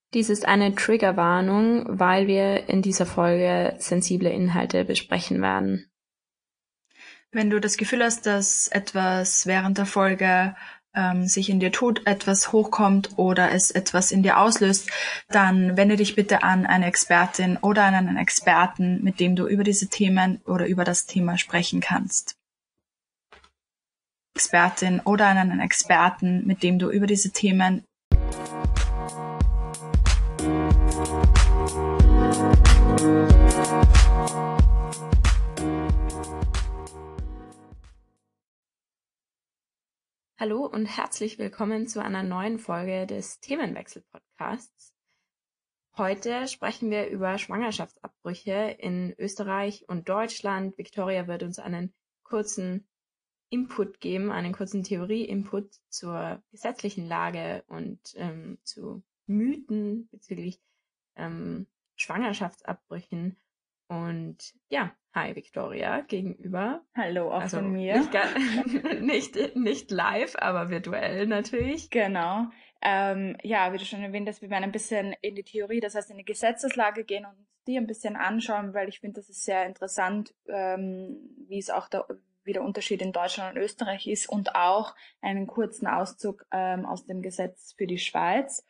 Dies ist eine Triggerwarnung, weil wir in dieser Folge sensible Inhalte besprechen werden. Wenn du das Gefühl hast, dass etwas während der Folge sich in dir tut, etwas hochkommt oder es etwas in dir auslöst, dann wende dich bitte an eine Expertin oder an einen Experten, mit dem du über diese Themen oder über das Thema sprechen kannst. Expertin oder an einen Experten, mit dem du über diese Themen Hallo und herzlich willkommen zu einer neuen Folge des Themenwechsel-Podcasts. Heute sprechen wir über Schwangerschaftsabbrüche in Österreich und Deutschland. Victoria wird uns einen kurzen Input geben, einen kurzen Theorie-Input zur gesetzlichen Lage und zu Mythen bezüglich Schwangerschaftsabbrüchen. Und ja, hi Victoria gegenüber. Hallo auch Also von mir. nicht live, aber virtuell natürlich. Genau. Ja, wie du schon erwähnt hast, wir werden ein bisschen in die Theorie, das heißt in die Gesetzeslage gehen und die ein bisschen anschauen, weil ich finde, das ist sehr interessant, wie es auch wie der Unterschied in Deutschland und Österreich ist und auch einen kurzen Auszug aus dem Gesetz für die Schweiz.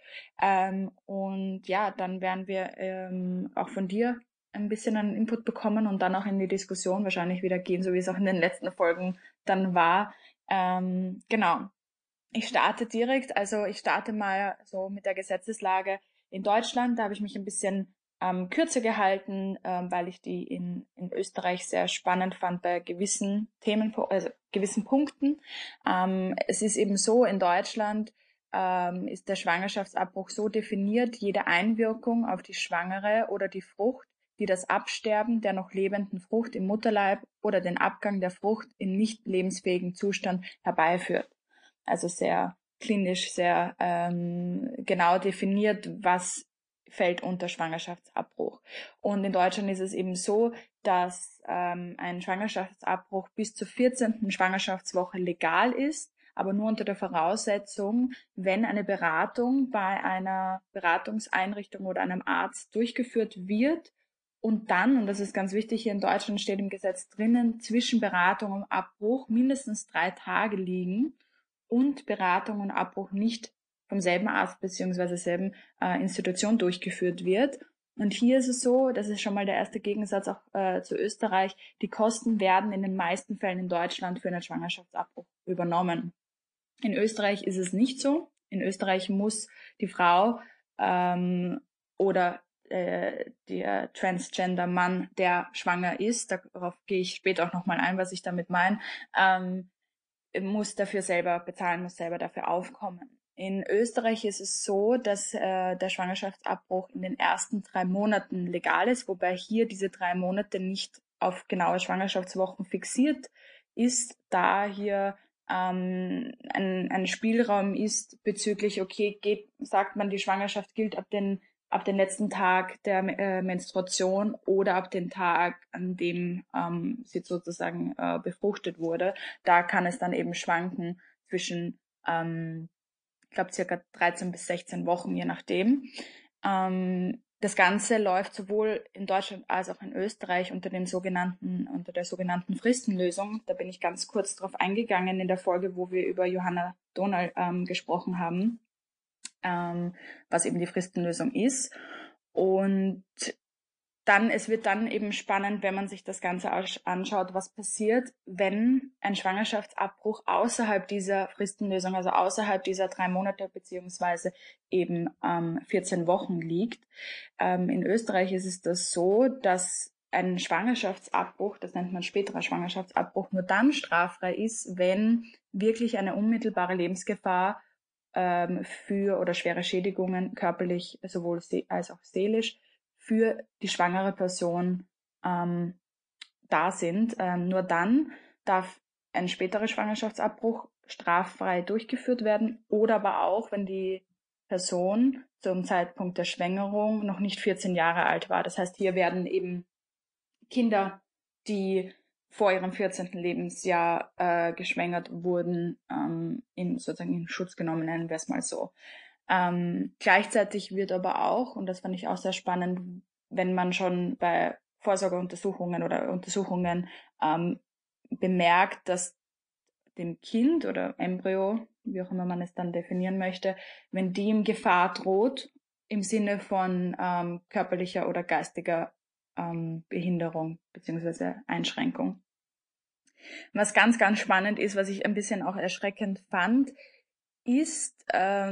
Und ja, dann werden wir auch von dir ein bisschen einen Input bekommen und dann auch in die Diskussion wahrscheinlich wieder gehen, so wie es auch in den letzten Folgen dann war. Genau. Ich starte mal so mit der Gesetzeslage in Deutschland. Da habe ich mich ein bisschen kürzer gehalten, weil ich die in Österreich sehr spannend fand bei gewissen Themen, also gewissen Punkten. Es ist eben so, in Deutschland ist der Schwangerschaftsabbruch so definiert, jede Einwirkung auf die Schwangere oder die Frucht, die das Absterben der noch lebenden Frucht im Mutterleib oder den Abgang der Frucht in nicht lebensfähigen Zustand herbeiführt. Also sehr klinisch, sehr genau definiert, was fällt unter Schwangerschaftsabbruch. Und in Deutschland ist es eben so, dass ein Schwangerschaftsabbruch bis zur 14. Schwangerschaftswoche legal ist, aber nur unter der Voraussetzung, wenn eine Beratung bei einer Beratungseinrichtung oder einem Arzt durchgeführt wird und dann, und das ist ganz wichtig, hier in Deutschland steht im Gesetz drinnen, zwischen Beratung und Abbruch mindestens 3 Tage liegen und Beratung und Abbruch nicht vom selben Arzt bzw. selben Institution durchgeführt wird. Und hier ist es so, das ist schon mal der erste Gegensatz auch zu Österreich, die Kosten werden in den meisten Fällen in Deutschland für einen Schwangerschaftsabbruch übernommen. In Österreich ist es nicht so. In Österreich muss die Frau oder der Transgender-Mann, der schwanger ist, darauf gehe ich später auch nochmal ein, was ich damit meine, muss dafür selber bezahlen, muss selber dafür aufkommen. In Österreich ist es so, dass der Schwangerschaftsabbruch in den ersten 3 Monaten legal ist, wobei hier diese 3 Monate nicht auf genaue Schwangerschaftswochen fixiert ist, da hier ein Spielraum ist bezüglich, okay, sagt man, die Schwangerschaft gilt ab den letzten Tag der Menstruation oder ab dem Tag, an dem sie sozusagen befruchtet wurde. Da kann es dann eben schwanken zwischen, ich glaube, circa 13 bis 16 Wochen, je nachdem. Das Ganze läuft sowohl in Deutschland als auch in Österreich unter der sogenannten Fristenlösung. Da bin ich ganz kurz drauf eingegangen in der Folge, wo wir über Johanna Donal gesprochen haben, was eben die Fristenlösung ist. Und es wird dann eben spannend, wenn man sich das Ganze anschaut, was passiert, wenn ein Schwangerschaftsabbruch außerhalb dieser Fristenlösung, also außerhalb dieser 3 Monate beziehungsweise eben 14 Wochen liegt. In Österreich ist es das so, dass ein Schwangerschaftsabbruch, das nennt man späterer Schwangerschaftsabbruch, nur dann straffrei ist, wenn wirklich eine unmittelbare Lebensgefahr oder schwere Schädigungen körperlich sowohl als auch seelisch für die schwangere Person da sind. Nur dann darf ein späterer Schwangerschaftsabbruch straffrei durchgeführt werden oder aber auch, wenn die Person zum Zeitpunkt der Schwängerung noch nicht 14 Jahre alt war. Das heißt, hier werden eben Kinder, die vor ihrem 14. Lebensjahr geschwängert wurden, sozusagen in Schutz genommen, nennen wir es mal so. Gleichzeitig wird aber auch, und das fand ich auch sehr spannend, wenn man schon bei Vorsorgeuntersuchungen oder Untersuchungen bemerkt, dass dem Kind oder Embryo, wie auch immer man es dann definieren möchte, wenn dem Gefahr droht, im Sinne von körperlicher oder geistiger Behinderung beziehungsweise Einschränkung. Was ganz, ganz spannend ist, was ich ein bisschen auch erschreckend fand, ist,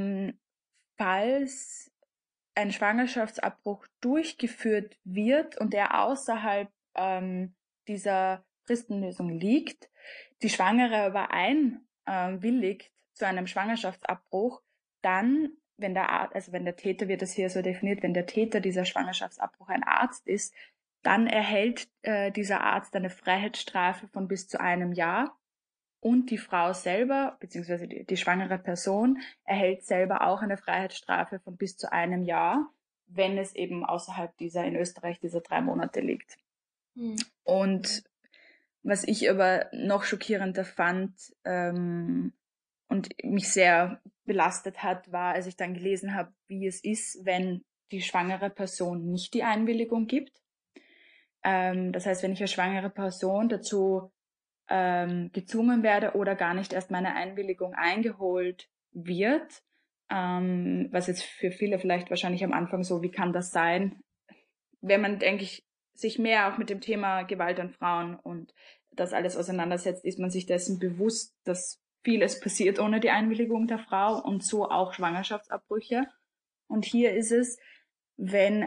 falls ein Schwangerschaftsabbruch durchgeführt wird und der außerhalb dieser Fristenlösung liegt, die Schwangere aber einwilligt zu einem Schwangerschaftsabbruch, dann, wenn der Täter, wird es hier so definiert, wenn der Täter dieser Schwangerschaftsabbruch ein Arzt ist, dann erhält dieser Arzt eine Freiheitsstrafe von bis zu 1 Jahr. Und die Frau selber, beziehungsweise die schwangere Person, erhält selber auch eine Freiheitsstrafe von bis zu 1 Jahr, wenn es eben außerhalb in Österreich dieser 3 Monate liegt. Und was ich aber noch schockierender fand und mich sehr belastet hat, war, als ich dann gelesen habe, wie es ist, wenn die schwangere Person nicht die Einwilligung gibt. Das heißt, wenn ich als schwangere Person dazu gezwungen werde oder gar nicht erst meine Einwilligung eingeholt wird, was jetzt für viele vielleicht wahrscheinlich am Anfang so, wie kann das sein? Wenn man, denke ich, sich mehr auch mit dem Thema Gewalt an Frauen und das alles auseinandersetzt, ist man sich dessen bewusst, dass vieles passiert ohne die Einwilligung der Frau und so auch Schwangerschaftsabbrüche. Und hier ist es, wenn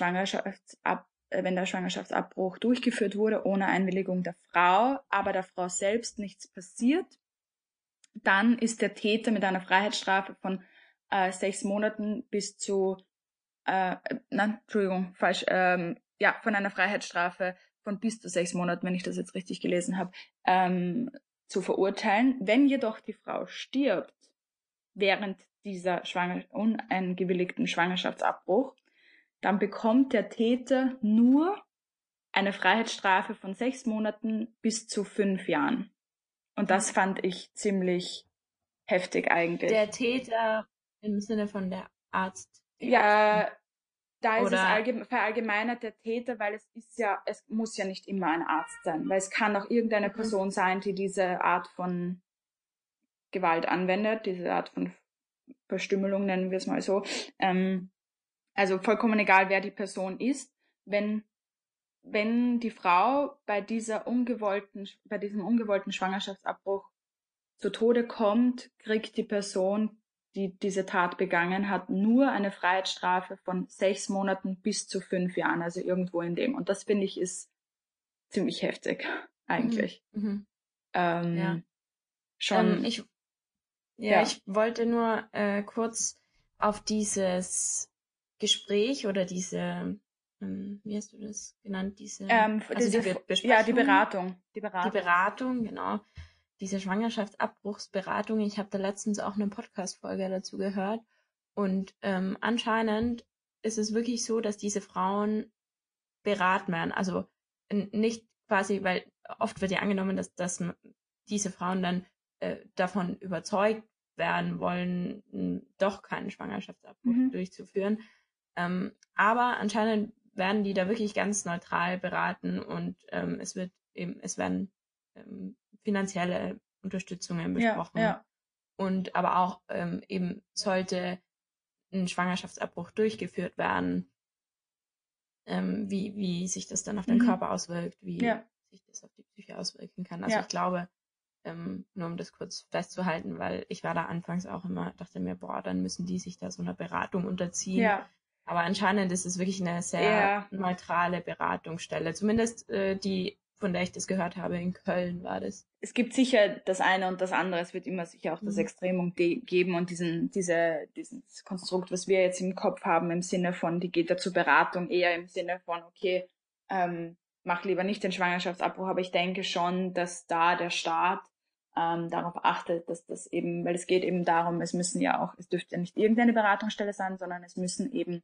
der Schwangerschaftsabbruch durchgeführt wurde ohne Einwilligung der Frau, aber der Frau selbst nichts passiert, dann ist der Täter mit einer Freiheitsstrafe von 6 Monaten bis zu von einer Freiheitsstrafe von bis zu 6 Monaten, wenn ich das jetzt richtig gelesen habe, zu verurteilen. Wenn jedoch die Frau stirbt während dieser uneingewilligten Schwangerschaftsabbruch, dann bekommt der Täter nur eine Freiheitsstrafe von 6 Monaten bis zu 5 Jahren. Und das fand ich ziemlich heftig eigentlich. Der Täter im Sinne von der Arzt. Ja, da ist es verallgemeinert der Täter, weil es muss ja nicht immer ein Arzt sein, weil es kann auch irgendeine Person sein, die diese Art von Gewalt anwendet, diese Art von Verstümmelung, nennen wir es mal so. Also vollkommen egal, wer die Person ist, wenn die Frau bei diesem ungewollten Schwangerschaftsabbruch zu Tode kommt, kriegt die Person, die diese Tat begangen hat, nur eine Freiheitsstrafe von 6 Monaten bis zu 5 Jahren, also irgendwo in dem. Und das, finde ich, ist ziemlich heftig, eigentlich. Schon. Ich wollte nur kurz auf dieses Gespräch oder diese, wie hast du das genannt? Die Beratung. Die Beratung, genau. Diese Schwangerschaftsabbruchsberatung. Ich habe da letztens auch eine Podcast-Folge dazu gehört. Und anscheinend ist es wirklich so, dass diese Frauen beraten werden. Also nicht quasi, weil oft wird ja angenommen, dass diese Frauen dann davon überzeugt werden wollen, doch keinen Schwangerschaftsabbruch durchzuführen. Aber anscheinend werden die da wirklich ganz neutral beraten und es werden finanzielle Unterstützungen besprochen. Ja. Und aber auch eben sollte ein Schwangerschaftsabbruch durchgeführt werden, wie sich das dann auf den Körper auswirkt, wie sich das auf die Psyche auswirken kann. Also ich glaube, nur um das kurz festzuhalten, weil ich war da anfangs auch immer, dachte mir, dann müssen die sich da so einer Beratung unterziehen. Ja. Aber anscheinend ist es wirklich eine sehr neutrale Beratungsstelle. Zumindest die, von der ich das gehört habe, in Köln war das. Es gibt sicher das eine und das andere. Es wird immer sicher auch das Extremum geben und dieses Konstrukt, was wir jetzt im Kopf haben, im Sinne von, die geht da zur Beratung, eher im Sinne von, okay, mach lieber nicht den Schwangerschaftsabbruch. Aber ich denke schon, dass da der Staat darauf achtet, dass das eben, weil es geht eben darum, es dürfte ja nicht irgendeine Beratungsstelle sein, sondern es müssen eben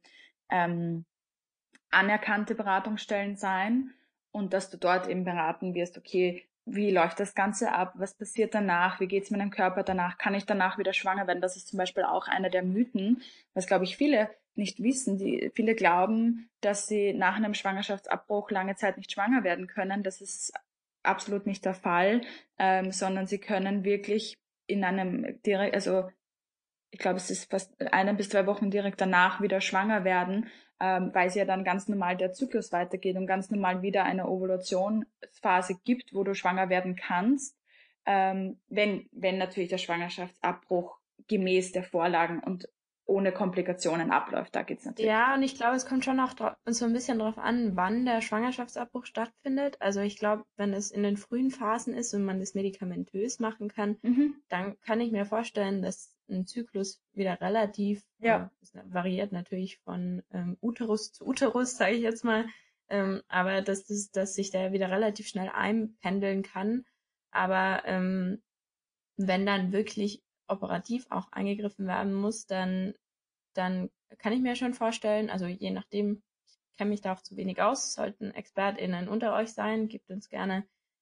anerkannte Beratungsstellen sein und dass du dort eben beraten wirst, okay, wie läuft das Ganze ab, was passiert danach, wie geht es meinem Körper danach, kann ich danach wieder schwanger werden? Das ist zum Beispiel auch einer der Mythen, was, glaube ich, viele nicht wissen. Viele glauben, dass sie nach einem Schwangerschaftsabbruch lange Zeit nicht schwanger werden können. Das ist absolut nicht der Fall, sondern sie können wirklich in einem direkt, also ich glaube, es ist fast 1 bis 2 Wochen direkt danach wieder schwanger werden, weil es ja dann ganz normal der Zyklus weitergeht und ganz normal wieder eine Ovulationsphase gibt, wo du schwanger werden kannst, wenn natürlich der Schwangerschaftsabbruch gemäß der Vorlagen und ohne Komplikationen abläuft. Da geht's natürlich. Ja, und ich glaube, es kommt schon auch so ein bisschen drauf an, wann der Schwangerschaftsabbruch stattfindet. Also ich glaube, wenn es in den frühen Phasen ist und man das medikamentös machen kann, dann kann ich mir vorstellen, dass ein Zyklus wieder relativ, es variiert natürlich von Uterus zu Uterus, sage ich jetzt mal, aber dass sich der wieder relativ schnell einpendeln kann. Aber wenn dann wirklich operativ auch eingegriffen werden muss, dann kann ich mir schon vorstellen, also je nachdem, ich kenne mich da auch zu wenig aus, sollten ExpertInnen unter euch sein, gebt uns gerne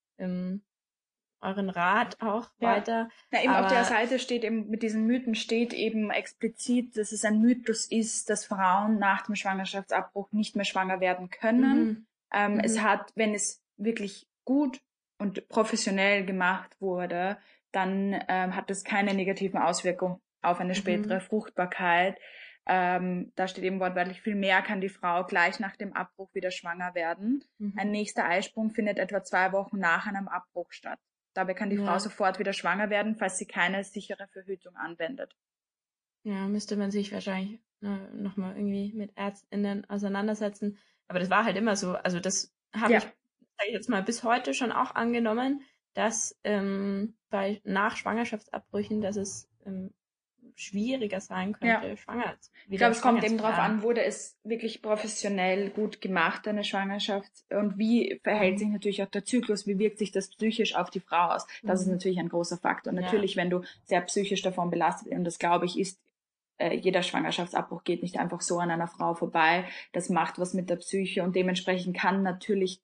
euren Rat auch weiter. Ja, eben auf der Seite steht eben, mit diesen Mythen steht eben explizit, dass es ein Mythos ist, dass Frauen nach dem Schwangerschaftsabbruch nicht mehr schwanger werden können. Es hat, wenn es wirklich gut und professionell gemacht wurde, dann hat es keine negativen Auswirkungen auf eine spätere Fruchtbarkeit. Da steht eben wortwörtlich, viel mehr kann die Frau gleich nach dem Abbruch wieder schwanger werden. Ein nächster Eisprung findet etwa 2 Wochen nach einem Abbruch statt. Dabei kann die Frau sofort wieder schwanger werden, falls sie keine sichere Verhütung anwendet. Ja, müsste man sich wahrscheinlich nochmal irgendwie mit ÄrztInnen auseinandersetzen. Aber das war halt immer so. Also das habe ich, sag ich jetzt mal, bis heute schon auch angenommen, dass bei nach Schwangerschaftsabbrüchen, dass es schwieriger sein könnte, schwanger zu werden. Ich glaube, es kommt eben darauf an, wurde es wirklich professionell gut gemacht, eine Schwangerschaft, und wie verhält sich natürlich auch der Zyklus, wie wirkt sich das psychisch auf die Frau aus. Das ist natürlich ein großer Faktor. Und natürlich, wenn du sehr psychisch davon belastet, und das glaube ich ist, jeder Schwangerschaftsabbruch geht nicht einfach so an einer Frau vorbei, das macht was mit der Psyche und dementsprechend kann natürlich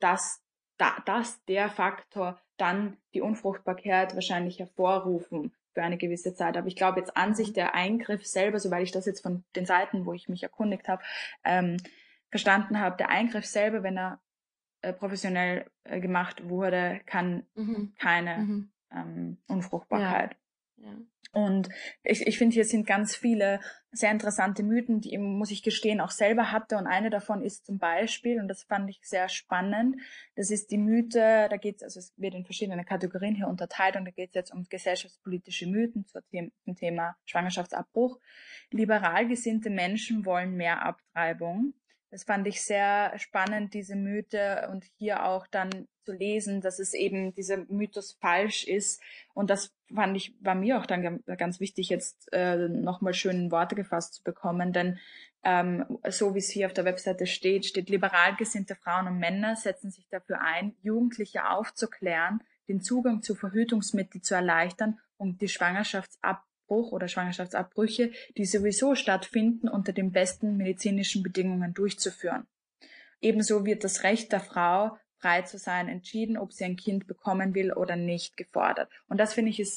der Faktor dann die Unfruchtbarkeit wahrscheinlich hervorrufen für eine gewisse Zeit. Aber ich glaube jetzt an sich der Eingriff selber, soweit ich das jetzt von den Seiten, wo ich mich erkundigt habe, verstanden habe, der Eingriff selber, wenn er professionell gemacht wurde, kann keine Unfruchtbarkeit. Ja. Und ich finde, hier sind ganz viele sehr interessante Mythen, die ich, muss ich gestehen, auch selber hatte. Und eine davon ist zum Beispiel, und das fand ich sehr spannend, das ist die Mythe, da geht es, also es wird in verschiedene Kategorien hier unterteilt, und da geht es jetzt um gesellschaftspolitische Mythen zum Thema Schwangerschaftsabbruch. Liberal gesinnte Menschen wollen mehr Abtreibung. Das fand ich sehr spannend, diese Mythe, und hier auch dann zu lesen, dass es eben dieser Mythos falsch ist. Und das war mir auch dann ganz wichtig, jetzt nochmal schön in Worte gefasst zu bekommen, denn so wie es hier auf der Webseite steht, liberal gesinnte Frauen und Männer setzen sich dafür ein, Jugendliche aufzuklären, den Zugang zu Verhütungsmitteln zu erleichtern und die Schwangerschaftsabbruch oder Schwangerschaftsabbrüche, die sowieso stattfinden, unter den besten medizinischen Bedingungen durchzuführen. Ebenso wird das Recht der Frau, frei zu sein, entschieden, ob sie ein Kind bekommen will oder nicht, gefordert. Und das finde ich ist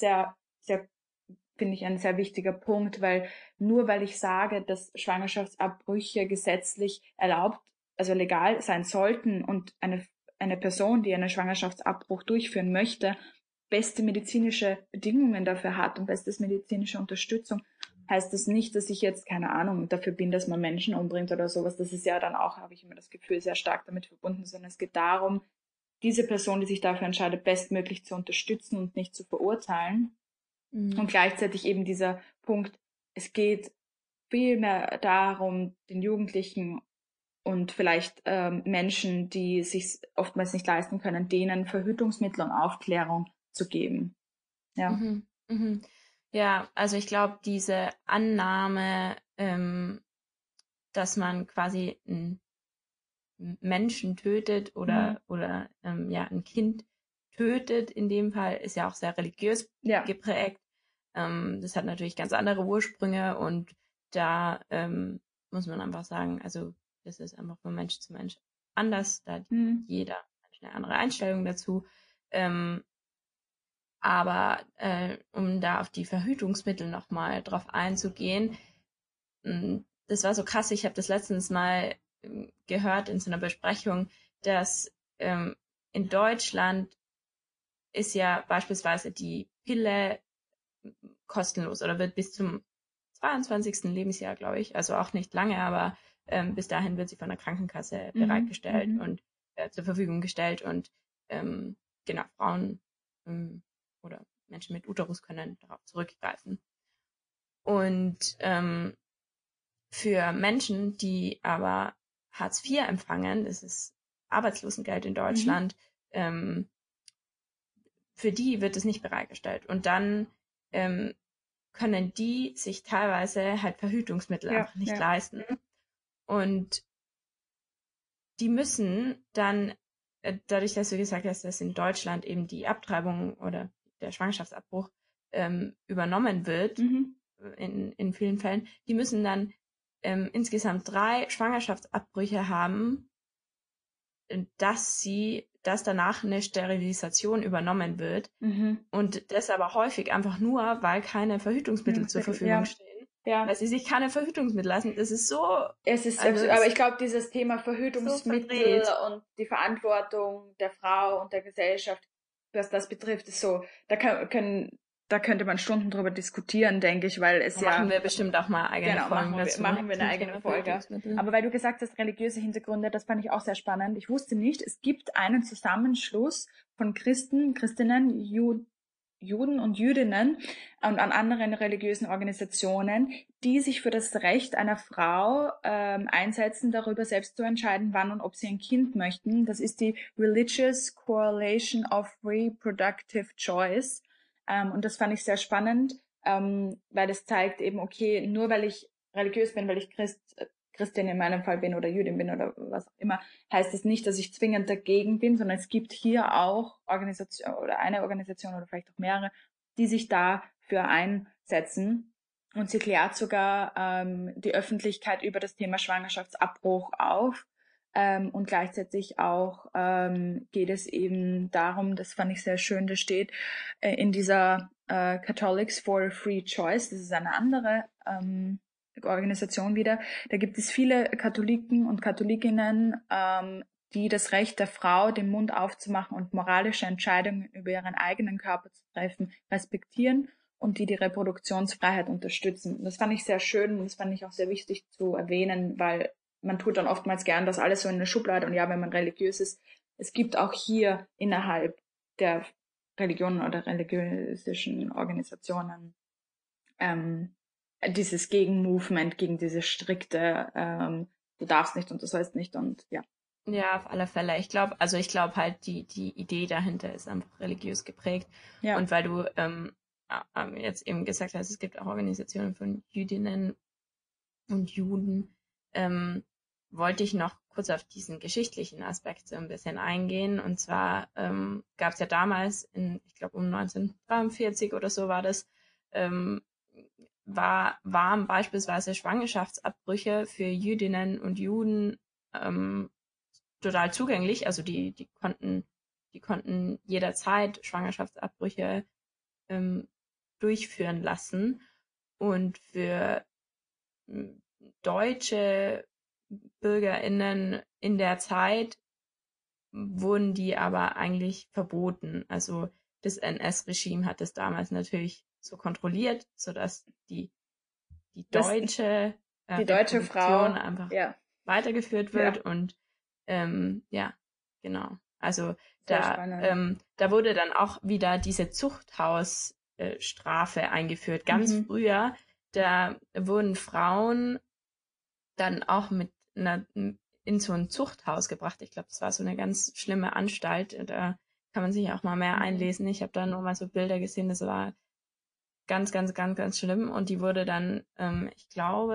finde ich ein sehr wichtiger Punkt, weil nur weil ich sage, dass Schwangerschaftsabbrüche gesetzlich erlaubt, also legal sein sollten, und eine Person, die einen Schwangerschaftsabbruch durchführen möchte, beste medizinische Bedingungen dafür hat und beste medizinische Unterstützung, heißt das nicht, dass ich jetzt, keine Ahnung, dafür bin, dass man Menschen umbringt oder sowas. Das ist ja dann auch, habe ich immer das Gefühl, sehr stark damit verbunden, sondern es geht darum, diese Person, die sich dafür entscheidet, bestmöglich zu unterstützen und nicht zu verurteilen. Und gleichzeitig eben dieser Punkt, es geht viel mehr darum, den Jugendlichen und vielleicht Menschen, die sich oftmals nicht leisten können, denen Verhütungsmittel und Aufklärung zu geben. Ja. Ja, also ich glaube, diese Annahme, dass man quasi einen Menschen tötet oder ein Kind tötet, in dem Fall, ist ja auch sehr religiös geprägt. Das hat natürlich ganz andere Ursprünge, und da muss man einfach sagen, also das ist einfach von Mensch zu Mensch anders, da hat jeder Mensch eine andere Einstellung dazu. Aber um da auf die Verhütungsmittel nochmal drauf einzugehen, das war so krass, ich habe das letztens mal gehört in so einer Besprechung, dass in Deutschland ist ja beispielsweise die Pille kostenlos oder wird bis zum 22. Lebensjahr, glaube ich, also auch nicht lange, aber bis dahin wird sie von der Krankenkasse bereitgestellt und zur Verfügung gestellt und genau, Frauen oder Menschen mit Uterus können darauf zurückgreifen. Und für Menschen, die aber Hartz IV empfangen, das ist Arbeitslosengeld in Deutschland, für die wird es nicht bereitgestellt. Und dann können die sich teilweise halt Verhütungsmittel einfach nicht leisten. Und die müssen dann, dadurch, dass du gesagt hast, dass in Deutschland eben die Abtreibung oder der Schwangerschaftsabbruch übernommen wird, in vielen Fällen, die müssen dann insgesamt 3 Schwangerschaftsabbrüche haben, dass danach eine Sterilisation übernommen wird. Und das aber häufig einfach nur, weil keine Verhütungsmittel zur Verfügung stehen. Ja. Weil sie sich keine Verhütungsmittel lassen. Das ist so... Es ist also, aber ich glaube, dieses Thema Verhütungsmittel so und die Verantwortung der Frau und der Gesellschaft, was das betrifft, ist so, da könnte man Stunden drüber diskutieren, denke ich, weil es machen wir bestimmt auch mal eigene Folgen dazu. Machen wir eine eigene Folge. Aber weil du gesagt hast, religiöse Hintergründe, das fand ich auch sehr spannend. Ich wusste nicht, es gibt einen Zusammenschluss von Christen, Christinnen, Juden und Jüdinnen und an anderen religiösen Organisationen, die sich für das Recht einer Frau einsetzen, darüber selbst zu entscheiden, wann und ob sie ein Kind möchten. Das ist die Religious Coalition of Reproductive Choice. Und das fand ich sehr spannend, weil das zeigt eben, okay, nur weil ich religiös bin, weil ich Christin in meinem Fall bin oder Jüdin bin oder was auch immer, heißt es nicht, dass ich zwingend dagegen bin, sondern es gibt hier auch Organisation oder eine Organisation oder vielleicht auch mehrere, die sich dafür einsetzen. Und sie klärt sogar die Öffentlichkeit über das Thema Schwangerschaftsabbruch auf. Und gleichzeitig auch geht es eben darum, das fand ich sehr schön, das steht in dieser Catholics for Free Choice, das ist eine andere Organisation wieder, da gibt es viele Katholiken und Katholikinnen, die das Recht der Frau, den Mund aufzumachen und moralische Entscheidungen über ihren eigenen Körper zu treffen, respektieren und die Reproduktionsfreiheit unterstützen. Das fand ich sehr schön und das fand ich auch sehr wichtig zu erwähnen, weil man tut dann oftmals gern das alles so in eine Schublade und ja, wenn man religiös ist, es gibt auch hier innerhalb der Religionen oder religiösen Organisationen dieses Gegenmovement gegen diese strikte du darfst nicht und du sollst nicht und ja. Ja, auf alle Fälle. Ich glaube halt, die Idee dahinter ist einfach religiös geprägt. Ja. Und weil du jetzt eben gesagt hast, es gibt auch Organisationen von Jüdinnen und Juden, wollte ich noch kurz auf diesen geschichtlichen Aspekt so ein bisschen eingehen. Und zwar gab es ja damals, ich glaube um 1943 oder so war das, waren beispielsweise Schwangerschaftsabbrüche für Jüdinnen und Juden total zugänglich. Also die konnten jederzeit Schwangerschaftsabbrüche durchführen lassen. Und für deutsche BürgerInnen in der Zeit wurden die aber eigentlich verboten. Also das NS-Regime hat es damals natürlich so kontrolliert, sodass die deutsche Frau einfach weitergeführt wird. Und ja, genau. Also da wurde dann auch wieder diese Zuchthausstrafe eingeführt. Ganz früher, da wurden Frauen dann auch in so ein Zuchthaus gebracht. Ich glaube, das war so eine ganz schlimme Anstalt. Da kann man sich auch mal mehr einlesen. Ich habe da nur mal so Bilder gesehen. Das war ganz, ganz, ganz, ganz schlimm. Und die wurde dann, ich glaube,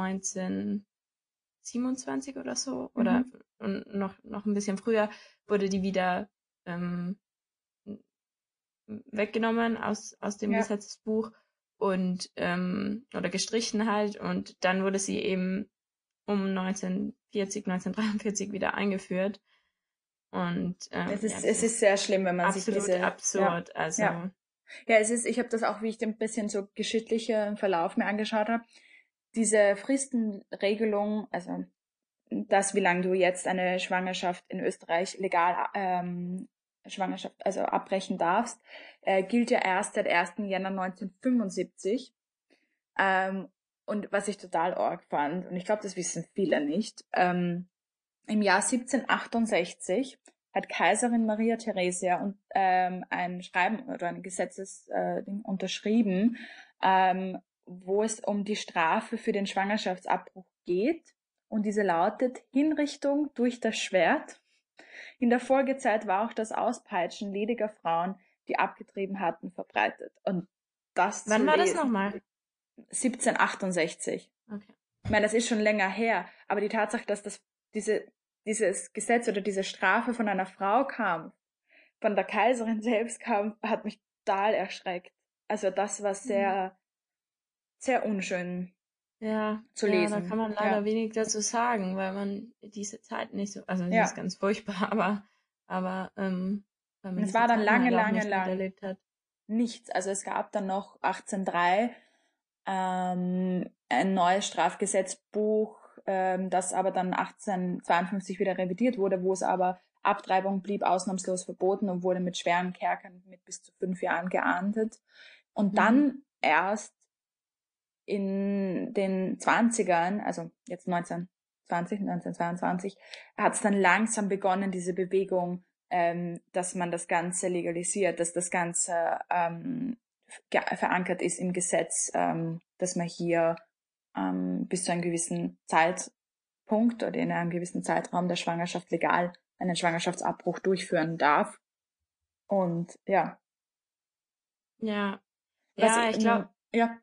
1927 oder so, oder noch ein bisschen früher, wurde die wieder weggenommen aus dem Gesetzesbuch und oder gestrichen halt. Und dann wurde sie eben um 1943 wieder eingeführt. Und es ist sehr schlimm, wenn man sich diese... Absolut absurd. Also Ja, ich habe das auch, wie ich ein bisschen so geschichtliche Verlauf mir angeschaut habe, diese Fristenregelung, also das, wie lange du jetzt eine Schwangerschaft in Österreich legal Schwangerschaft, also abbrechen darfst, gilt ja erst seit 1. Jänner 1975. Und was ich total arg fand, und ich glaube, das wissen viele nicht, im Jahr 1768 hat Kaiserin Maria Theresia ein Schreiben oder ein Gesetzesding unterschrieben, wo es um die Strafe für den Schwangerschaftsabbruch geht. Und diese lautet Hinrichtung durch das Schwert. In der Folgezeit war auch das Auspeitschen lediger Frauen, die abgetrieben hatten, verbreitet. Und das Wann zu war das lesen, nochmal? 1768. Okay. Ich meine, das ist schon länger her, aber die Tatsache, dass dieses Gesetz oder diese Strafe von einer Frau kam, von der Kaiserin selbst kam, hat mich total erschreckt. Also das war sehr, sehr unschön Ja, zu ja, da lesen. kann man leider wenig dazu sagen, weil man diese Zeit nicht so, also sie ist Ja. ganz furchtbar, aber weil Und man es diese war dann Zeiten lange, halt auch lange nicht lang miterlebt hat. nichts. Also es gab dann noch 1803 ein neues Strafgesetzbuch, das aber dann 1852 wieder revidiert wurde, wo es aber Abtreibung blieb ausnahmslos verboten und wurde mit schweren Kerkern mit bis zu 5 Jahren geahndet. Und dann erst in den 20ern, also jetzt 1922, hat es dann langsam begonnen, diese Bewegung, dass man das Ganze legalisiert, dass das Ganze verankert ist im Gesetz, dass man hier bis zu einem gewissen Zeitpunkt oder in einem gewissen Zeitraum der Schwangerschaft legal einen Schwangerschaftsabbruch durchführen darf. Und ja. Ja, Was ja, ich glaube, ja.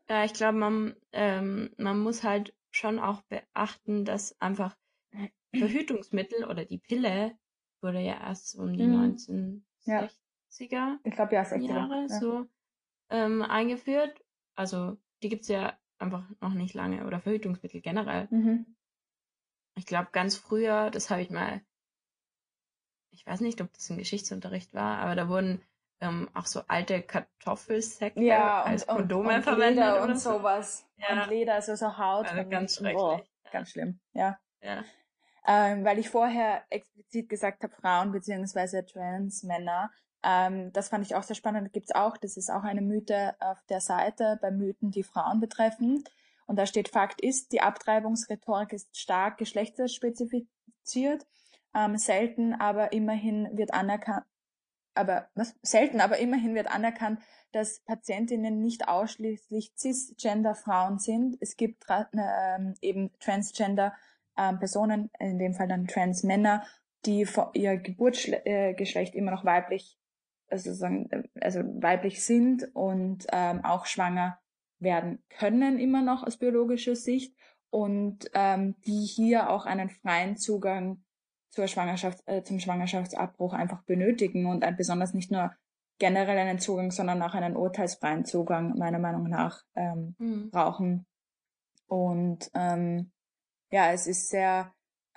man muss halt schon auch beachten, dass einfach Verhütungsmittel oder die Pille wurde ja erst so um die Ja. 1960er Ich glaube ja, 60er. Jahre Ja. so eingeführt. Also die gibt's ja einfach noch nicht lange oder Verhütungsmittel generell. Ich glaube ganz früher, das habe ich mal, ich weiß nicht, ob das im Geschichtsunterricht war, aber da wurden auch so alte Kartoffelsäcke Ja, als Kondome und verwendet Leder und oder so. sowas. Und Ja, Leder, also so Haut also von, ganz boah, schrecklich. ganz schlimm, ja. Ja. Weil ich vorher explizit gesagt habe, Frauen beziehungsweise Trans-Männer. Das fand ich auch sehr spannend. Gibt's auch, das ist auch eine Mythe auf der Seite bei Mythen, die Frauen betreffen. Und da steht, Fakt ist, die Abtreibungsrhetorik ist stark geschlechterspezifiziert. Selten, aber immerhin wird anerkannt, dass Patientinnen nicht ausschließlich cisgender-Frauen sind. Es gibt eben Transgender Personen, in dem Fall dann Trans-Männer, die vor ihr Geburtsgeschlecht immer noch weiblich, also weiblich sind und auch schwanger werden können, immer noch aus biologischer Sicht, und die hier auch einen freien Zugang zum Schwangerschaftsabbruch einfach benötigen und besonders nicht nur generell einen Zugang, sondern auch einen urteilsfreien Zugang meiner Meinung nach brauchen. Und ja, es ist sehr,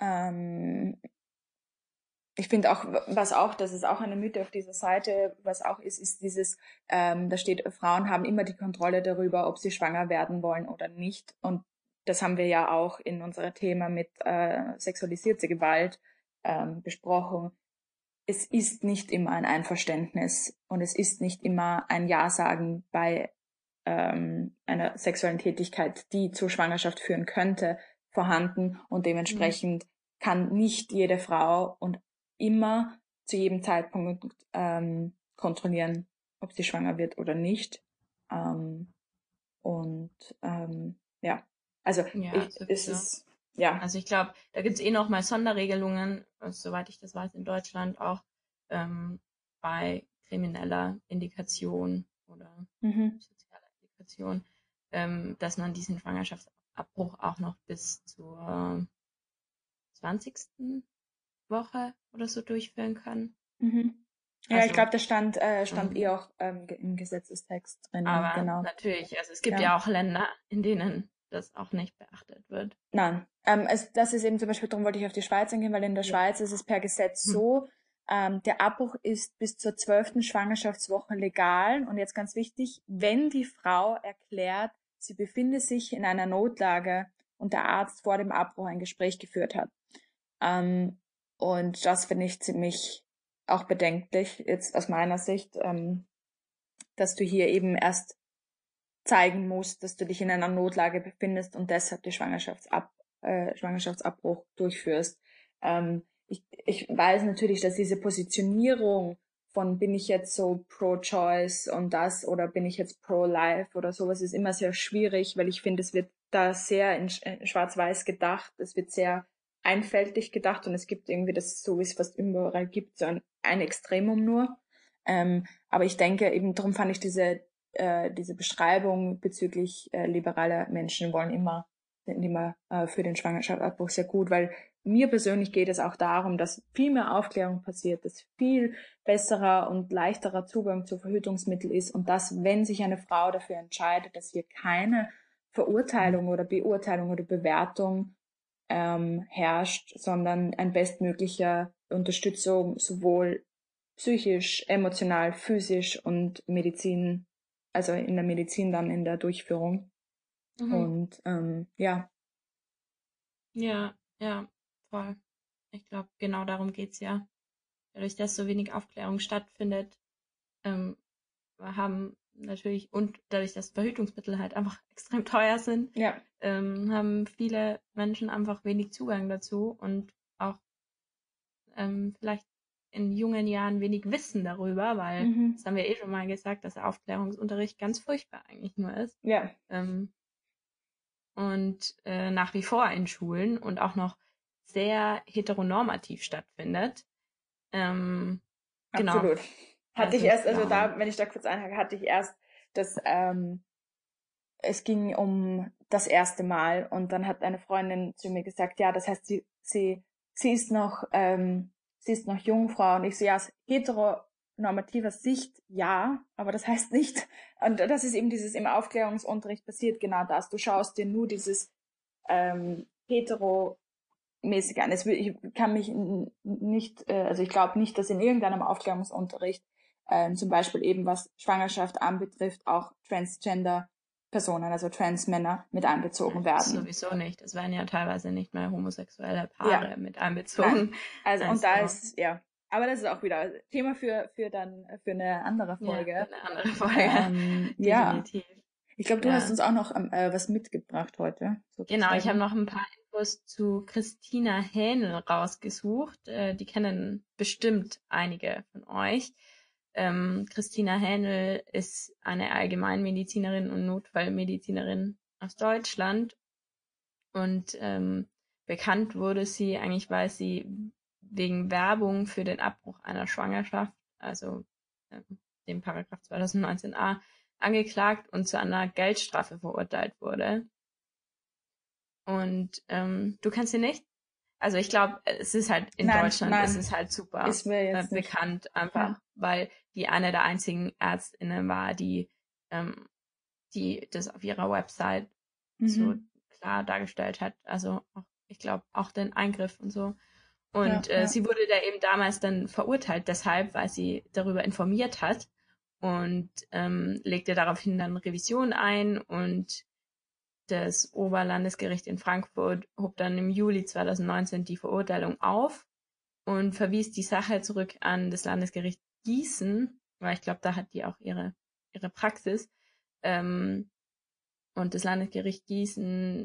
ich finde auch, das ist auch eine Mythe auf dieser Seite, was auch ist dieses, da steht, Frauen haben immer die Kontrolle darüber, ob sie schwanger werden wollen oder nicht. Und das haben wir ja auch in unserem Thema mit sexualisierte Gewalt besprochen. Es ist nicht immer ein Einverständnis und es ist nicht immer ein Ja-Sagen bei einer sexuellen Tätigkeit, die zur Schwangerschaft führen könnte, vorhanden, und dementsprechend kann nicht jede Frau und immer zu jedem Zeitpunkt kontrollieren, ob sie schwanger wird oder nicht. Ja, also Ja, es sowieso. ist, ja. Also ich glaube, da gibt's noch mal Sonderregelungen, soweit ich das weiß, in Deutschland auch bei krimineller Indikation oder sozialer Indikation, dass man diesen Schwangerschaftsabbruch auch noch bis zur 20. Woche oder so durchführen kann. Ja, Also, ich glaube, das stand auch im Gesetzestext drin. aber Genau. natürlich, also es gibt ja auch Länder, in denen das auch nicht beachtet wird. Nein. Das ist eben zum Beispiel, darum wollte ich auf die Schweiz eingehen, weil in der Schweiz ist es per Gesetz so, der Abbruch ist bis zur 12. Schwangerschaftswoche legal. Und jetzt ganz wichtig, wenn die Frau erklärt, sie befinde sich in einer Notlage und der Arzt vor dem Abbruch ein Gespräch geführt hat. Und das finde ich ziemlich auch bedenklich, jetzt aus meiner Sicht, dass du hier eben erst zeigen musst, dass du dich in einer Notlage befindest und deshalb die Schwangerschaftsabbruch durchführst. Ich weiß natürlich, dass diese Positionierung von bin ich jetzt so pro-choice und das oder bin ich jetzt pro-life oder sowas ist immer sehr schwierig, weil ich finde, es wird da sehr in schwarz-weiß gedacht, es wird sehr einfältig gedacht und es gibt irgendwie das, so wie es fast überall gibt, so ein Extremum nur. Aber ich denke eben, darum fand ich diese Beschreibung bezüglich liberaler Menschen sind immer für den Schwangerschaftsabbruch sehr gut, weil mir persönlich geht es auch darum, dass viel mehr Aufklärung passiert, dass viel besserer und leichterer Zugang zu Verhütungsmitteln ist und dass, wenn sich eine Frau dafür entscheidet, dass hier keine Verurteilung oder Beurteilung oder Bewertung herrscht, sondern ein bestmöglicher Unterstützung sowohl psychisch, emotional, physisch und Medizin, also in der Medizin dann in der Durchführung. Und ja. Ja, voll. Ich glaube, genau darum geht's ja. Dadurch, dass so wenig Aufklärung stattfindet, haben natürlich, und dadurch, dass Verhütungsmittel halt einfach extrem teuer sind, haben viele Menschen einfach wenig Zugang dazu und auch vielleicht in jungen Jahren wenig Wissen darüber, weil das haben wir eh schon mal gesagt, dass der Aufklärungsunterricht ganz furchtbar eigentlich nur ist. Ja. Und nach wie vor in Schulen und auch noch sehr heteronormativ stattfindet. Genau. Absolut. Hatte ich erst, also da, wenn ich da kurz einhake, hatte ich erst das, es ging um das erste Mal und dann hat eine Freundin zu mir gesagt, ja, das heißt, sie ist noch Jungfrau und ich so, ja, aus heteronormativer Sicht ja, aber das heißt nicht, und das ist eben dieses im Aufklärungsunterricht passiert, genau das, du schaust dir nur dieses heteromäßig an. Ich kann mich nicht, also ich glaube nicht, dass in irgendeinem Aufklärungsunterricht zum Beispiel eben was Schwangerschaft anbetrifft, auch Transgender-Personen, also Transmänner mit einbezogen werden. Sowieso nicht. Es werden ja teilweise nicht mehr homosexuelle Paare mit einbezogen. Nein. Also und da ist, aber das ist auch wieder Thema für eine andere Folge. Ja, für eine andere Folge. Definitiv. Ich glaube, du hast uns auch noch was mitgebracht heute. Sozusagen. Genau, ich habe noch ein paar Infos zu Christina Hähnel rausgesucht. Die kennen bestimmt einige von euch. Christina Hähnel ist eine Allgemeinmedizinerin und Notfallmedizinerin aus Deutschland. Und bekannt wurde sie eigentlich, weil sie wegen Werbung für den Abbruch einer Schwangerschaft, also dem Paragraph 2019a, angeklagt und zu einer Geldstrafe verurteilt wurde. Und du kennst sie nicht? Also ich glaube, es ist halt in Deutschland, es ist halt super bekannt, einfach, weil die eine der einzigen ÄrztInnen war, die das auf ihrer Website so klar dargestellt hat. Also auch, ich glaube, auch den Eingriff und so. Und sie wurde da eben damals dann verurteilt, deshalb, weil sie darüber informiert hat und legte daraufhin dann Revision ein und das Oberlandesgericht in Frankfurt hob dann im Juli 2019 die Verurteilung auf und verwies die Sache zurück an das Landesgericht Gießen, weil ich glaube, da hat die auch ihre Praxis. Und das Landesgericht Gießen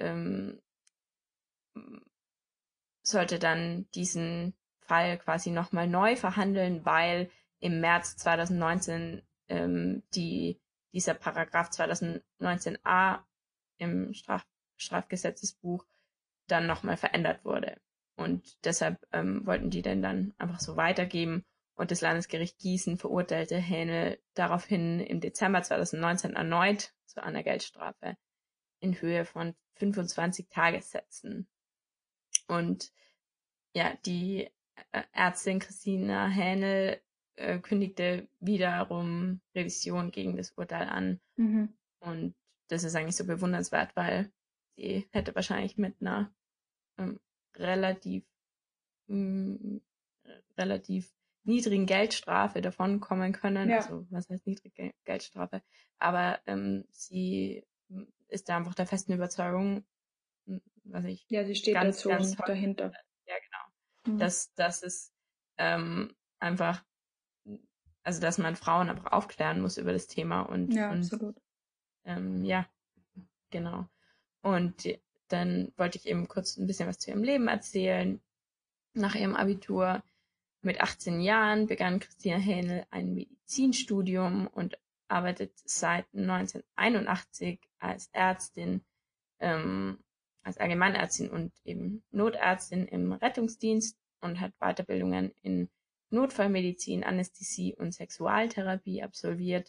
sollte dann diesen Fall quasi nochmal neu verhandeln, weil im März 2019 dieser Paragraph 2019a im Strafgesetzesbuch dann nochmal verändert wurde. Und deshalb wollten die dann einfach so weitergeben. Und das Landesgericht Gießen verurteilte Hähnel daraufhin im Dezember 2019 erneut zu einer Geldstrafe in Höhe von 25 Tagessätzen. Und ja, die Ärztin Christina Hähnel kündigte wiederum Revision gegen das Urteil an. Und das ist eigentlich so bewundernswert, weil sie hätte wahrscheinlich mit einer relativ relativ niedrigen Geldstrafe davonkommen können. Ja. Also was heißt niedrige Geldstrafe? Aber sie ist da einfach der festen Überzeugung, was ich Ja, sie steht ganz, dazu ganz und toll dahinter. finde. Ja, genau. Mhm. Dass es einfach, also dass man Frauen einfach aufklären muss über das Thema und Ja, absolut. ja, genau. Und dann wollte ich eben kurz ein bisschen was zu ihrem Leben erzählen. Nach ihrem Abitur mit 18 Jahren begann Christina Hähnel ein Medizinstudium und arbeitet seit 1981 als Ärztin, als Allgemeinärztin und eben Notärztin im Rettungsdienst und hat Weiterbildungen in Notfallmedizin, Anästhesie und Sexualtherapie absolviert.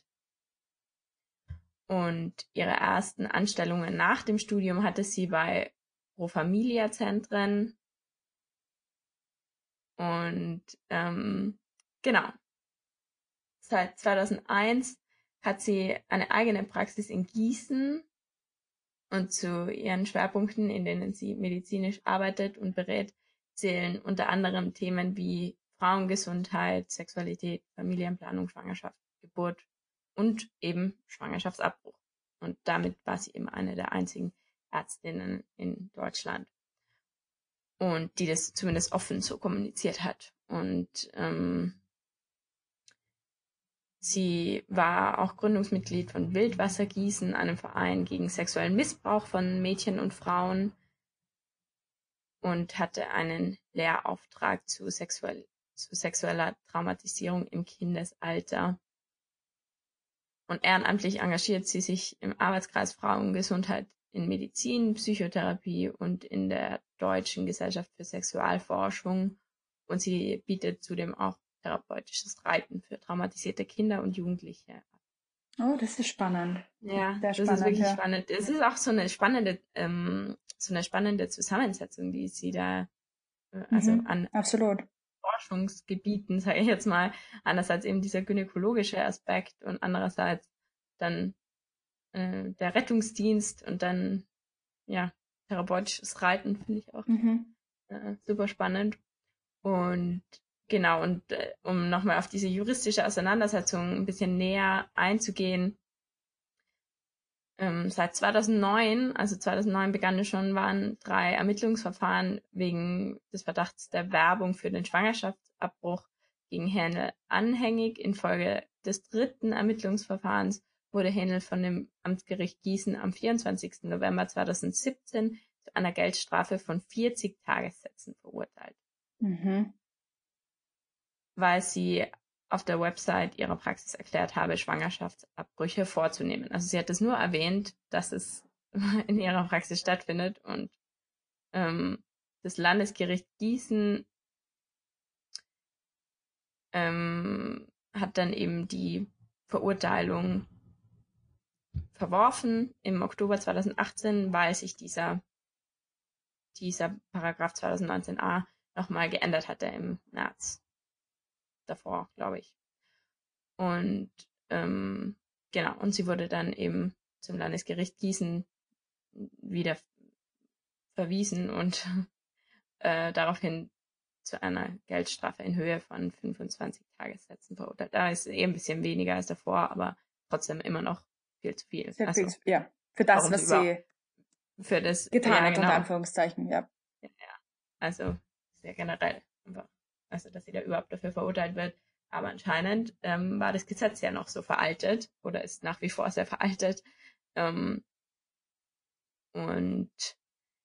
Und ihre ersten Anstellungen nach dem Studium hatte sie bei Pro Familia Zentren. Und genau, seit 2001 hat sie eine eigene Praxis in Gießen und zu ihren Schwerpunkten, in denen sie medizinisch arbeitet und berät, zählen unter anderem Themen wie Frauengesundheit, Sexualität, Familienplanung, Schwangerschaft, Geburt und eben Schwangerschaftsabbruch. Und damit war sie eben eine der einzigen Ärztinnen in Deutschland und die das zumindest offen so kommuniziert hat. Und sie war auch Gründungsmitglied von Wildwasser-Gießen, einem Verein gegen sexuellen Missbrauch von Mädchen und Frauen, und hatte einen Lehrauftrag zu sexueller Traumatisierung im Kindesalter. Und ehrenamtlich engagiert sie sich im Arbeitskreis Frauengesundheit in Medizin, Psychotherapie und in der Deutschen Gesellschaft für Sexualforschung. Und sie bietet zudem auch therapeutisches Reiten für traumatisierte Kinder und Jugendliche. Oh, das ist spannend. Ja, Sehr das ist spannend, wirklich ja. spannend. Es ist auch so eine spannende Zusammensetzung, die sie da, also an Absolut. Forschungsgebieten, sage ich jetzt mal, einerseits eben dieser gynäkologische Aspekt und andererseits dann der Rettungsdienst und dann ja therapeutisches Reiten, finde ich auch super spannend. Und genau, und um nochmal auf diese juristische Auseinandersetzung ein bisschen näher einzugehen, seit 2009, also 2009 begann es schon, waren 3 Ermittlungsverfahren wegen des Verdachts der Werbung für den Schwangerschaftsabbruch gegen Hähnel anhängig. Infolge des 3. Ermittlungsverfahrens wurde Hähnel von dem Amtsgericht Gießen am 24. November 2017 zu einer Geldstrafe von 40 Tagessätzen verurteilt, weil sie auf der Website ihrer Praxis erklärt habe, Schwangerschaftsabbrüche vorzunehmen. Also sie hat es nur erwähnt, dass es in ihrer Praxis stattfindet, und das Landesgericht Gießen hat dann eben die Verurteilung verworfen im Oktober 2018, weil sich dieser Paragraph 2019a nochmal geändert hatte im März davor, glaube ich. Und genau, und sie wurde dann eben zum Landesgericht Gießen wieder verwiesen und daraufhin zu einer Geldstrafe in Höhe von 25 Tagessätzen verurteilt. Da ist ein bisschen weniger als davor, aber trotzdem immer noch viel zu viel. Sehr viel, Also ja. Für das, warum sie was überhaupt sie für das, getan ja hat, unter genau, Anführungszeichen, ja. ja, also sehr generell einfach, also dass sie da überhaupt dafür verurteilt wird. Aber anscheinend war das Gesetz ja noch so veraltet oder ist nach wie vor sehr veraltet. Und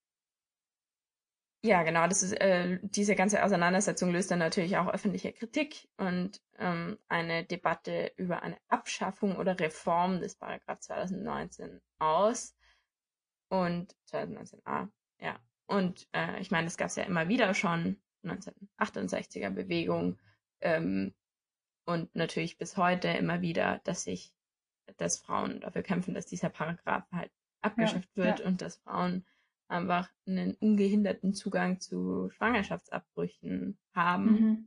ja, genau, das ist, diese ganze Auseinandersetzung löst dann natürlich auch öffentliche Kritik und eine Debatte über eine Abschaffung oder Reform des Paragraph 2019 aus und 2019a, ja. Und ich meine, das gab es ja immer wieder schon, 1968er Bewegung, und natürlich bis heute immer wieder, dass Frauen dafür kämpfen, dass dieser Paragraph halt abgeschafft wird und dass Frauen einfach einen ungehinderten Zugang zu Schwangerschaftsabbrüchen haben.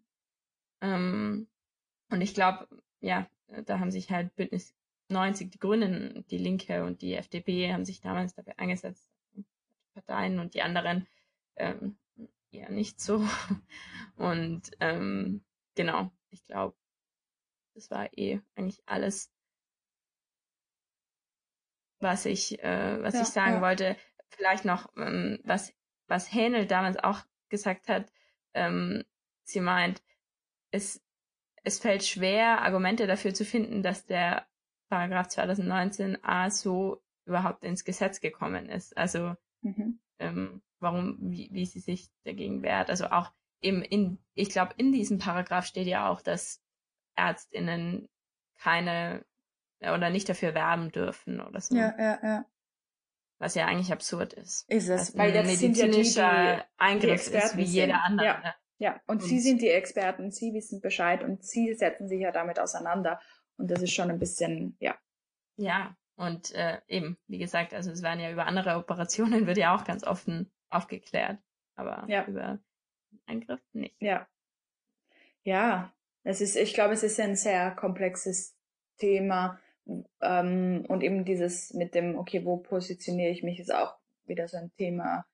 Und ich glaube, ja, da haben sich halt Bündnis 90, die Grünen, die Linke und die FDP haben sich damals dafür eingesetzt, Parteien und die anderen, eher nicht so. Und genau, ich glaube, das war eigentlich alles, was ich sagen wollte. Vielleicht noch, was Hähnel damals auch gesagt hat. Sie meint, es fällt schwer, Argumente dafür zu finden, dass der Paragraph 2019a so überhaupt ins Gesetz gekommen ist. Also wie sie sich dagegen wehrt. Also auch eben ich glaube, in diesem Paragraph steht ja auch, dass ÄrztInnen keine oder nicht dafür werben dürfen oder so. Ja. Was ja eigentlich absurd ist. Ist es, Also weil jetzt sind ja die Eingriff Experten ist wie jeder andere. Ja, ja. Und sie sind die Experten, sie wissen Bescheid und sie setzen sich ja damit auseinander. Und das ist schon ein bisschen, ja. Ja, und eben, wie gesagt, also es werden ja über andere Operationen, wird ja auch ganz offen aufgeklärt. Aber über Eingriff nicht. Ja. Ja, ich glaube, es ist ein sehr komplexes Thema. Und eben dieses mit dem, okay, wo positioniere ich mich, ist auch wieder so ein Thema,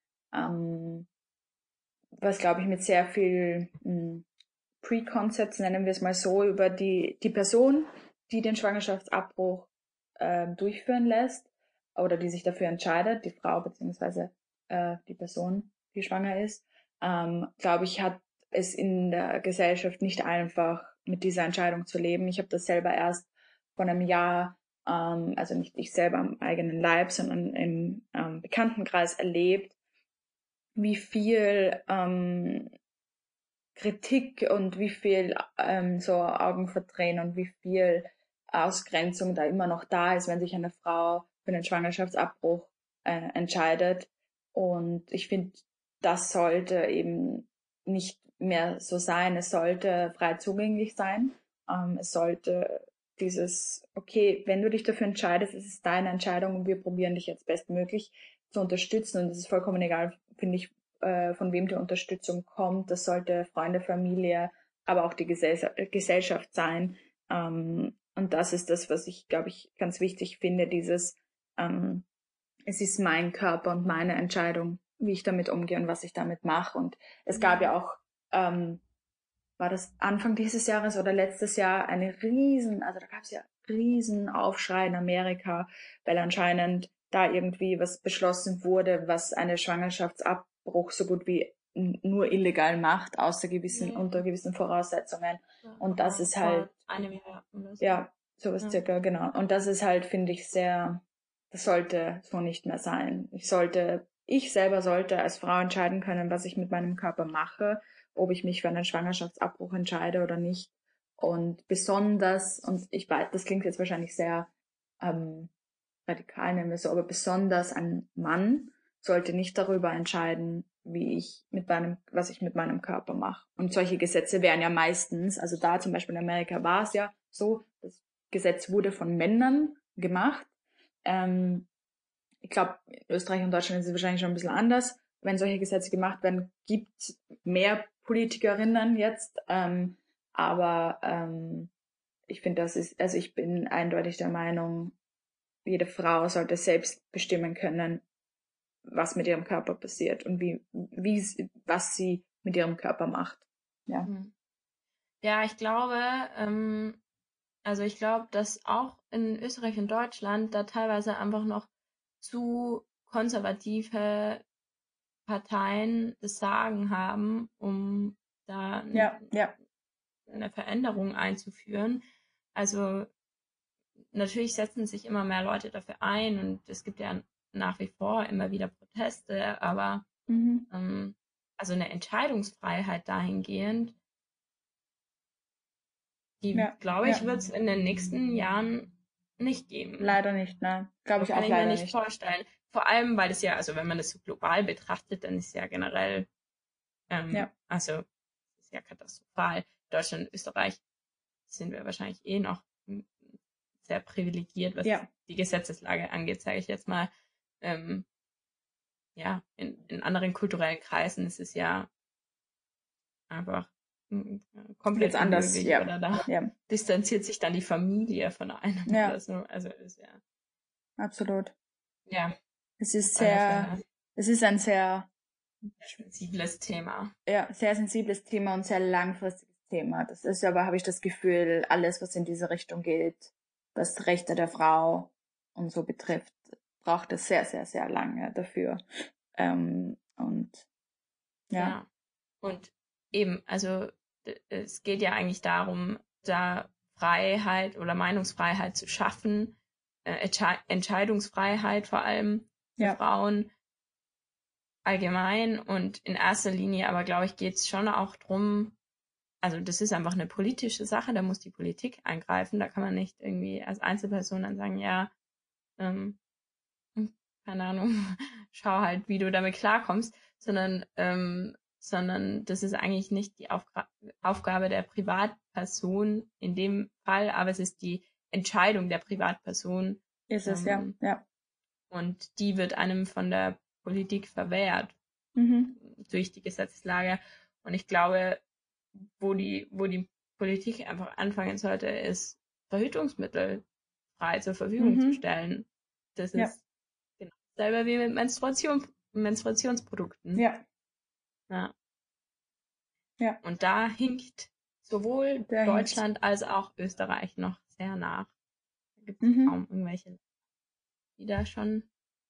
was, glaube ich, mit sehr viel Preconcepts, nennen wir es mal so, über die Person, die den Schwangerschaftsabbruch durchführen lässt oder die sich dafür entscheidet, die Frau beziehungsweise die Person, die schwanger ist, glaube ich, hat es in der Gesellschaft nicht einfach, mit dieser Entscheidung zu leben. Ich habe das selber erst vor einem Jahr, also nicht ich selber am eigenen Leib, sondern im Bekanntenkreis erlebt, wie viel Kritik und wie viel so Augenverdrehen und wie viel Ausgrenzung da immer noch da ist, wenn sich eine Frau für den Schwangerschaftsabbruch entscheidet. Und ich finde, das sollte eben nicht mehr so sein. Es sollte frei zugänglich sein. Es sollte okay, wenn du dich dafür entscheidest, es ist deine Entscheidung und wir probieren dich jetzt bestmöglich zu unterstützen. Und es ist vollkommen egal, finde ich, von wem die Unterstützung kommt. Das sollte Freunde, Familie, aber auch die Gesellschaft sein. Und das ist das, was ich, glaube ich, ganz wichtig finde, es ist mein Körper und meine Entscheidung, wie ich damit umgehe und was ich damit mache. Und es gab ja auch, war das Anfang dieses Jahres oder letztes Jahr also da gab es ja riesen Aufschrei in Amerika, weil anscheinend da irgendwie was beschlossen wurde, was eine Schwangerschaftsabbruch so gut wie nur illegal macht, unter gewissen Voraussetzungen. Und das ist halt, einem Jahr oder so. ja, sowas circa, genau. Und das ist halt, finde ich, das sollte so nicht mehr sein. Ich selber sollte als Frau entscheiden können, was ich mit meinem Körper mache, ob ich mich für einen Schwangerschaftsabbruch entscheide oder nicht. Und besonders, und ich weiß, das klingt jetzt wahrscheinlich sehr radikal, nennen wir so, aber besonders ein Mann sollte nicht darüber entscheiden, was ich mit meinem Körper mache. Und solche Gesetze wären ja meistens, also da zum Beispiel in Amerika war es ja so, das Gesetz wurde von Männern gemacht. Ich glaube, in Österreich und Deutschland ist es wahrscheinlich schon ein bisschen anders. Wenn solche Gesetze gemacht werden, gibt es mehr Politikerinnen jetzt. Aber ich finde, ich bin eindeutig der Meinung, jede Frau sollte selbst bestimmen können, was mit ihrem Körper passiert und was sie mit ihrem Körper macht. Ja. Ja, ich glaube, dass auch in Österreich und Deutschland da teilweise einfach noch zu konservative Parteien das Sagen haben, um da eine Veränderung einzuführen. Also natürlich setzen sich immer mehr Leute dafür ein und es gibt ja nach wie vor immer wieder Proteste, aber also eine Entscheidungsfreiheit dahingehend, die, glaube ich, wird es in den nächsten Jahren nicht geben. Leider nicht, nein. Glaube ich auch leider nicht. Kann ich mir nicht vorstellen. Vor allem, weil es ja, also wenn man das so global betrachtet, dann ist ja generell, also es ist ja katastrophal. Deutschland und Österreich sind wir wahrscheinlich noch sehr privilegiert, was die Gesetzeslage angeht, sage ich jetzt mal. In anderen kulturellen Kreisen ist es ja einfach komplett anders, oder da distanziert sich dann die Familie von einem oder so. Also ist absolut. Ja. Es ist ein sehr sensibles Thema. Ja, sehr sensibles Thema und sehr langfristiges Thema. Das ist aber, habe ich das Gefühl, alles, was in diese Richtung geht, was Rechte der Frau und so betrifft, braucht es sehr, sehr, sehr lange dafür. Und ja. Und eben, also es geht ja eigentlich darum, da Freiheit oder Meinungsfreiheit zu schaffen, Entscheidungsfreiheit vor allem für Frauen allgemein und in erster Linie, aber glaube ich, geht es schon auch drum, also das ist einfach eine politische Sache, da muss die Politik eingreifen, da kann man nicht irgendwie als Einzelperson dann sagen, ja, keine Ahnung, schau halt, wie du damit klarkommst, sondern das ist eigentlich nicht die Aufgabe der Privatperson in dem Fall, aber es ist die Entscheidung der Privatperson. Ist es, ja. Und die wird einem von der Politik verwehrt durch die Gesetzeslage. Und ich glaube, wo die Politik einfach anfangen sollte, ist Verhütungsmittel frei zur Verfügung zu stellen. Das ist genau selber wie mit Menstruationsprodukten. Ja. Und da hinkt sowohl Deutschland als auch Österreich noch sehr nach. Da gibt es kaum irgendwelche, die da schon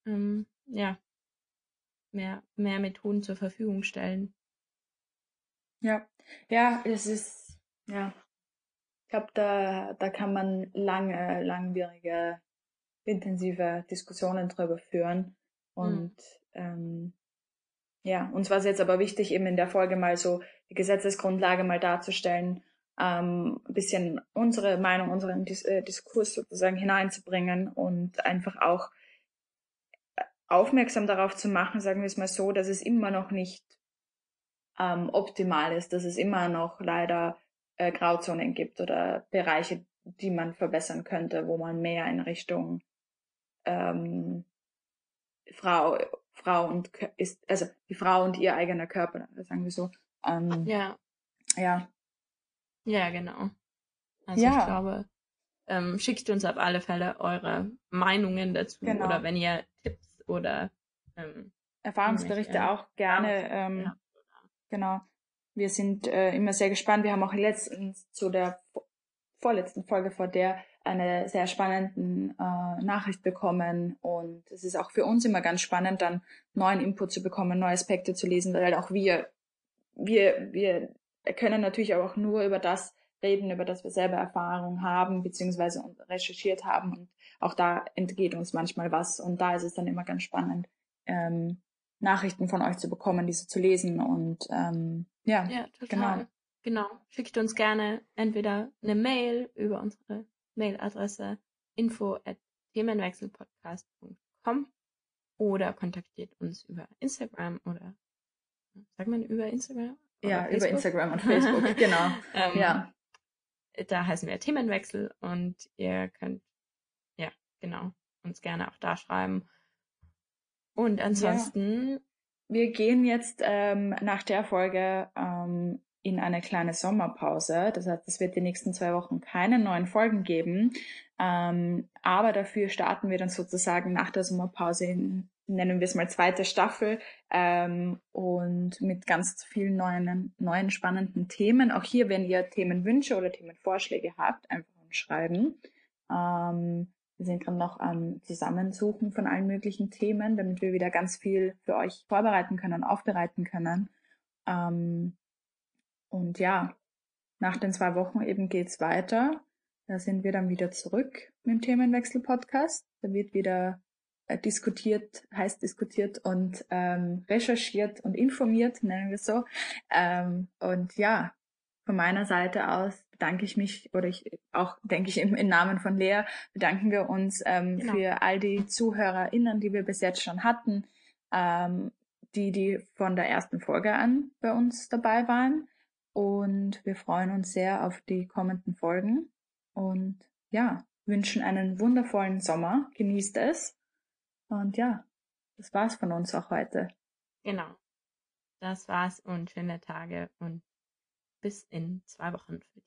mehr Methoden zur Verfügung stellen. Ja, es ist, ich glaube, da kann man langwierige, intensive Diskussionen drüber führen. Und uns war es jetzt aber wichtig, eben in der Folge mal so die Gesetzesgrundlage mal darzustellen, ein bisschen unsere Meinung, unseren Diskurs sozusagen hineinzubringen und einfach auch aufmerksam darauf zu machen, sagen wir es mal so, dass es immer noch nicht optimal ist, dass es immer noch leider Grauzonen gibt oder Bereiche, die man verbessern könnte, wo man mehr in Richtung Frau und ist, also die Frau und ihr eigener Körper, sagen wir so. Ja, genau. Also ich glaube, schickt uns auf alle Fälle eure Meinungen dazu oder wenn ihr Tipps oder Erfahrungsberichte auch gerne. Genau. Wir sind immer sehr gespannt. Wir haben auch letztens zu der vorletzten Folge vor der eine sehr spannende Nachricht bekommen und es ist auch für uns immer ganz spannend, dann neuen Input zu bekommen, neue Aspekte zu lesen, weil auch wir können natürlich auch nur über das reden, über das wir selber Erfahrung haben, beziehungsweise recherchiert haben und auch da entgeht uns manchmal was und da ist es dann immer ganz spannend, Nachrichten von euch zu bekommen, diese zu lesen und ja, total. Genau. Schickt uns gerne entweder eine Mail über unsere Mailadresse info@themenwechselpodcast.com oder kontaktiert uns über Instagram oder sagt man über Instagram? Ja, über Instagram und Facebook, genau. Da heißen wir Themenwechsel und ihr könnt uns gerne auch da schreiben. Und ansonsten wir gehen jetzt nach der Folge in eine kleine Sommerpause. Das heißt, es wird die nächsten 2 Wochen keine neuen Folgen geben. Aber dafür starten wir dann sozusagen nach der Sommerpause nennen wir es mal 2. Staffel und mit ganz vielen neuen spannenden Themen. Auch hier, wenn ihr Themenwünsche oder Themenvorschläge habt, einfach uns schreiben. Wir sind gerade noch am Zusammensuchen von allen möglichen Themen, damit wir wieder ganz viel für euch vorbereiten können, aufbereiten können. Und ja, nach den 2 Wochen eben geht's weiter. Da sind wir dann wieder zurück mit dem Themenwechsel-Podcast. Da wird wieder heiß diskutiert und recherchiert und informiert, nennen wir es so. Und ja, von meiner Seite aus bedanke ich mich, oder ich auch, denke ich, im Namen von Lea, bedanken wir uns für all die ZuhörerInnen, die wir bis jetzt schon hatten, die von der ersten Folge an bei uns dabei waren. Und wir freuen uns sehr auf die kommenden Folgen und ja, wünschen einen wundervollen Sommer. Genießt es. Und ja, das war's von uns auch heute. Genau. Das war's und schöne Tage und bis in 2 Wochen für